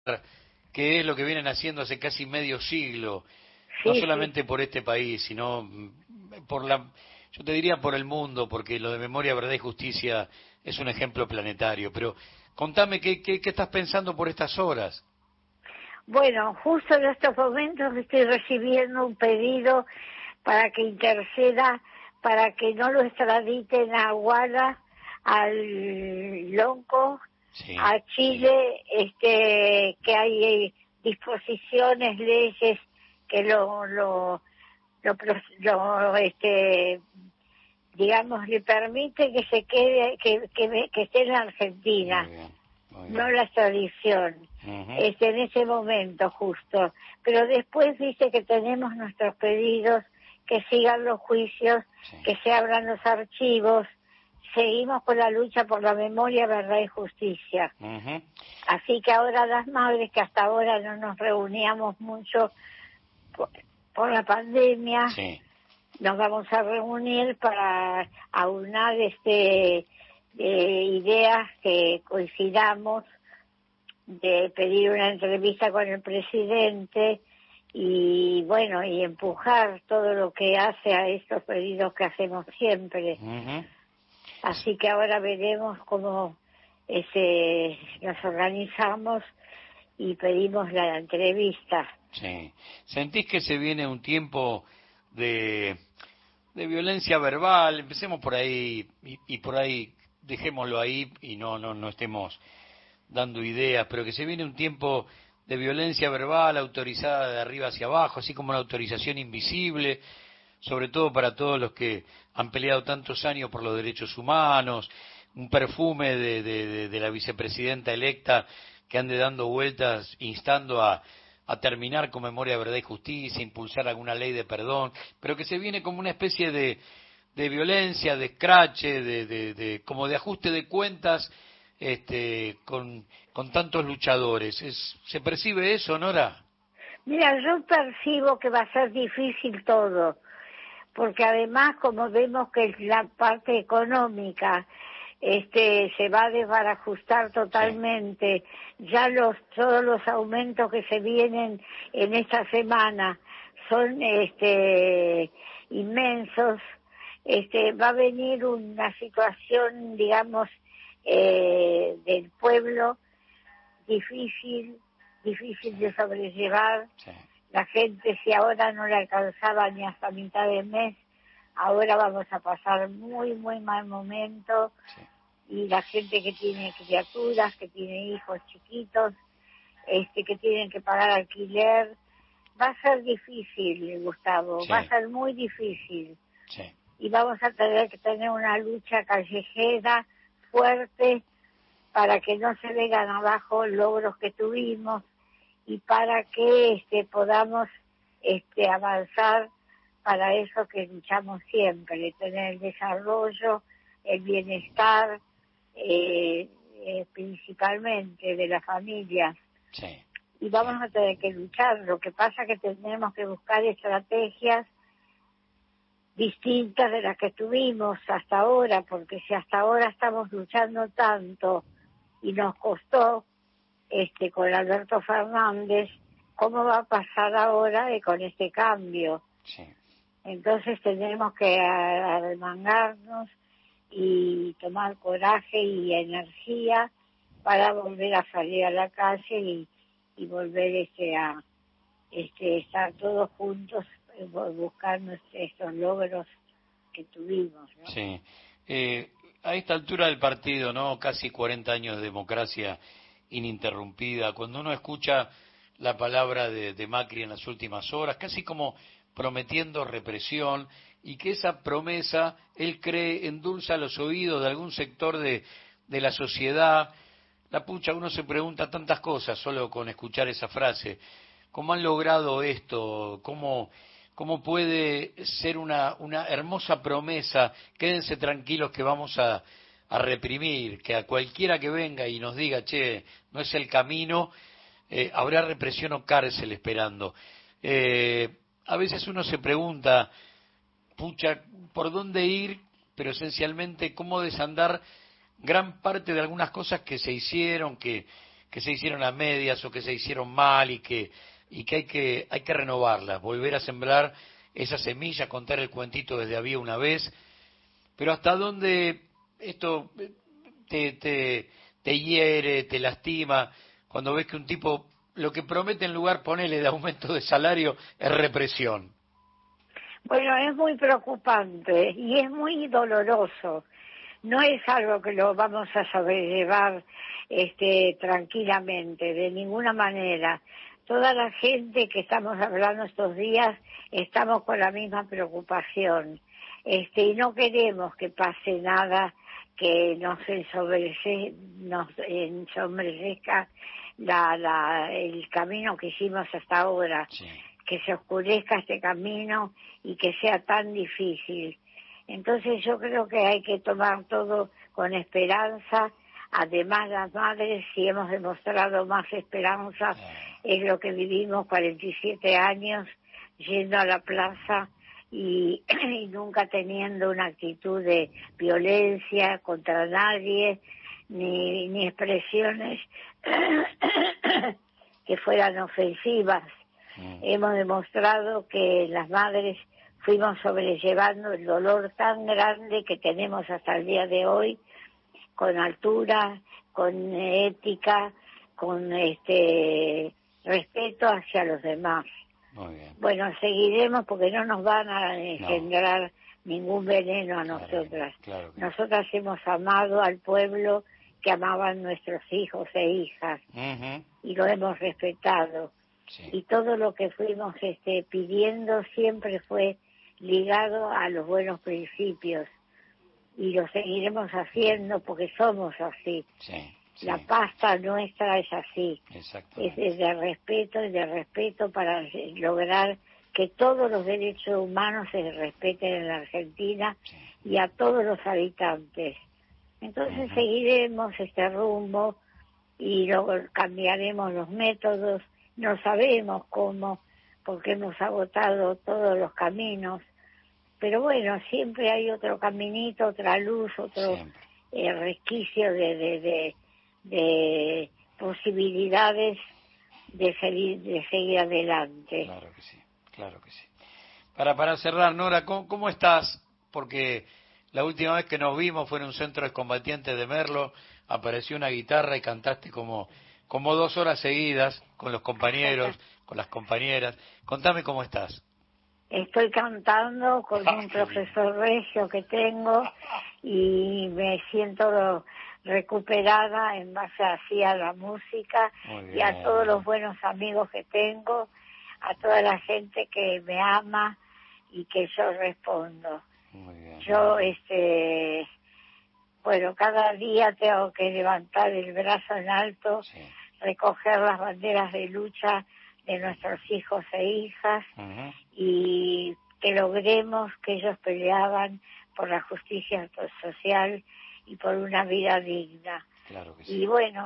que es lo que vienen haciendo hace casi medio siglo, no Sí, sí. solamente por este país, sino por yo te diría por el mundo, porque lo de Memoria, Verdad y Justicia es un ejemplo planetario. Pero contame, ¿qué estás pensando por estas horas? Bueno, justo en estos momentos estoy recibiendo un pedido para que interceda, para que no lo extraditen a Guada, al Lonco, Sí, a Chile, que hay disposiciones, leyes que digamos, le permite que se quede, que esté en muy Argentina, bien, muy no bien. la extradición, Ujú, en ese momento justo. Pero después dice que tenemos nuestros pedidos, que sigan los juicios, sí, que se abran los archivos, seguimos con la lucha por la memoria, verdad y justicia. ujú, Así que ahora las madres, que hasta ahora no nos reuníamos mucho por, por la pandemia, sí, nos vamos a reunir para aunar ideas que coincidamos, de pedir una entrevista con el presidente y bueno, y empujar todo lo que hace a estos pedidos que hacemos siempre. ujú. Así que ahora veremos cómo nos organizamos y pedimos la entrevista. Sí. ¿Sentís que se viene un tiempo de, de violencia verbal? Empecemos por ahí y por ahí dejémoslo ahí y no estemos dando ideas, pero que se viene un tiempo de violencia verbal autorizada de arriba hacia abajo, así como una autorización invisible, sobre todo para todos los que han peleado tantos años por los derechos humanos, un perfume de la vicepresidenta electa que ande dando vueltas instando a terminar con Memoria, Verdad y Justicia, impulsar alguna ley de perdón, pero que se viene como una especie de violencia, de escrache, como de ajuste de cuentas con tantos luchadores. ¿Se percibe eso, Nora? Mira, yo percibo que va a ser difícil todo, porque además, como vemos que la parte económica se va a desbarajustar Sí, totalmente, ya todos los aumentos que se vienen en esta semana son inmensos. Va a venir una situación, digamos, del pueblo difícil, sí, difícil de sobrellevar. sí, La gente, si ahora no le alcanzaba ni hasta mitad de mes, ahora vamos a pasar muy, muy mal momento. sí, Y la gente que tiene criaturas, que tiene hijos chiquitos, que tienen que pagar alquiler, va a ser difícil, Gustavo, va a sí, ser muy difícil. sí, Y vamos a tener que tener una lucha callejera fuerte para que no se vengan abajo logros que tuvimos y para que podamos avanzar para eso que luchamos siempre, tener el desarrollo, el bienestar, principalmente de las familias. sí, Y sí, vamos a tener que luchar. Lo que pasa es que tenemos que buscar estrategias distintas de las que tuvimos hasta ahora, porque si hasta ahora estamos luchando tanto y nos costó con Alberto Fernández, ¿cómo va a pasar ahora con este cambio? sí. Entonces tenemos que arremangarnos y tomar coraje y energía para volver a salir a la calle y volver a estar todos juntos, buscar estos logros que tuvimos, ¿no? Sí. A esta altura del partido, ¿no? Casi 40 años de democracia ininterrumpida. Cuando uno escucha la palabra de Macri en las últimas horas, casi como prometiendo represión, y que esa promesa, él cree, endulza los oídos de algún sector de la sociedad. La pucha, uno se pregunta tantas cosas solo con escuchar esa frase. ¿Cómo han logrado esto? ¿Cómo puede ser una hermosa promesa? Quédense tranquilos que vamos a reprimir, que a cualquiera que venga y nos diga, che, no es el camino, habrá represión o cárcel esperando. A veces uno se pregunta, pucha, por dónde ir, pero esencialmente cómo desandar gran parte de algunas cosas que se hicieron, que se hicieron a medias o que se hicieron mal y que hay que renovarlas, volver a sembrar esa semilla, contar el cuentito desde había una vez, pero hasta dónde esto te hiere, te lastima, cuando ves que un tipo lo que promete en lugar, ponele, de aumento de salario, es represión. Bueno, es muy preocupante y es muy doloroso. No es algo que lo vamos a sobrellevar tranquilamente, de ninguna manera. Toda la gente que estamos hablando estos días estamos con la misma preocupación. Y no queremos que pase nada que nos ensombrezca el camino que hicimos hasta ahora. Sí. Que se oscurezca este camino y que sea tan difícil. Entonces yo creo que hay que tomar todo con esperanza. Además, las madres, si hemos demostrado más esperanza, es lo que vivimos 47 años yendo a la plaza y nunca teniendo una actitud de violencia contra nadie, ni expresiones que fueran ofensivas. Hemos demostrado que las madres fuimos sobrellevando el dolor tan grande que tenemos hasta el día de hoy, con altura, con ética, con respeto hacia los demás. Muy bien. Bueno, seguiremos porque no nos van a engendrar ningún veneno a nosotras. Claro que Nosotras hemos amado al pueblo que amaban nuestros hijos e hijas y lo hemos respetado. Sí. Y todo lo que fuimos pidiendo siempre fue ligado a los buenos principios y lo seguiremos haciendo porque somos así. Sí, sí. La pasta nuestra es así, es de respeto y de respeto para lograr que todos los derechos humanos se respeten en la Argentina y a todos los habitantes. Entonces seguiremos este rumbo y luego cambiaremos los métodos. No sabemos cómo, porque hemos agotado todos los caminos, pero bueno, siempre hay otro caminito, otra luz, otro resquicio de posibilidades de seguir adelante. Claro que sí, claro que sí. Para cerrar, Nora, ¿cómo estás? Porque la última vez que nos vimos fue en un centro de combatientes de Merlo, apareció una guitarra y cantaste como 2 horas seguidas con los compañeros, con las compañeras. Contame cómo estás. Estoy cantando con un profesor regio que tengo y me siento recuperada en base así a la música y a todos los buenos amigos que tengo, a toda la gente que me ama y que yo respondo. Muy bien. Yo, bueno, cada día tengo que levantar el brazo en alto, recoger las banderas de lucha de nuestros hijos e hijas y que logremos que ellos peleaban por la justicia social y por una vida digna. Claro que sí. Y bueno,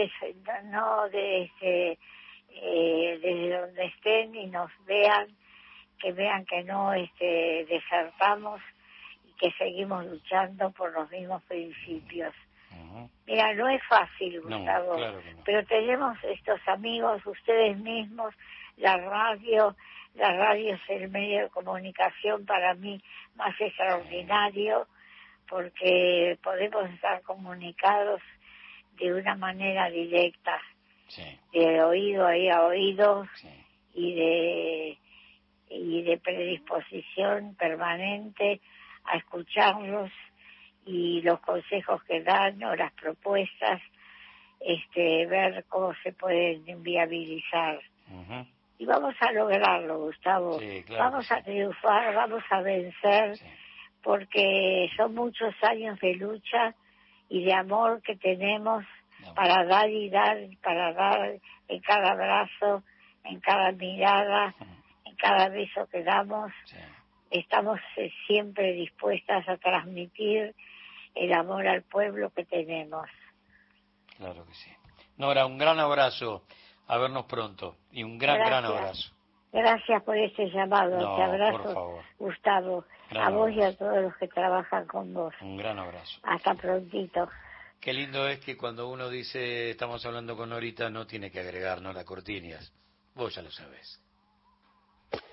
desde donde estén y nos vean que no desertamos y que seguimos luchando por los mismos principios. Mira, no es fácil, Gustavo, claro que no. Pero tenemos estos amigos, ustedes mismos, la radio es el medio de comunicación para mí más extraordinario, porque podemos estar comunicados de una manera directa, de oído a oído y de predisposición permanente a escucharlos y los consejos que dan o las propuestas, ver cómo se pueden viabilizar. Y vamos a lograrlo, Gustavo. Vamos a triunfar, vamos a vencer, porque son muchos años de lucha y de amor que tenemos para dar y dar, para dar en cada abrazo, en cada mirada, en cada beso que damos. Estamos siempre dispuestas a transmitir el amor al pueblo que tenemos. Claro que sí. Nora, un gran abrazo, a vernos pronto, y un gran abrazo. Gracias por este llamado, No, te abrazo, por favor. Gustavo, Gran a vos abrazo. y a todos los que trabajan con vos. Un gran abrazo. Hasta prontito. Qué lindo es que cuando uno dice estamos hablando con Norita no tiene que agregar, no la cortinas. Vos ya lo sabés.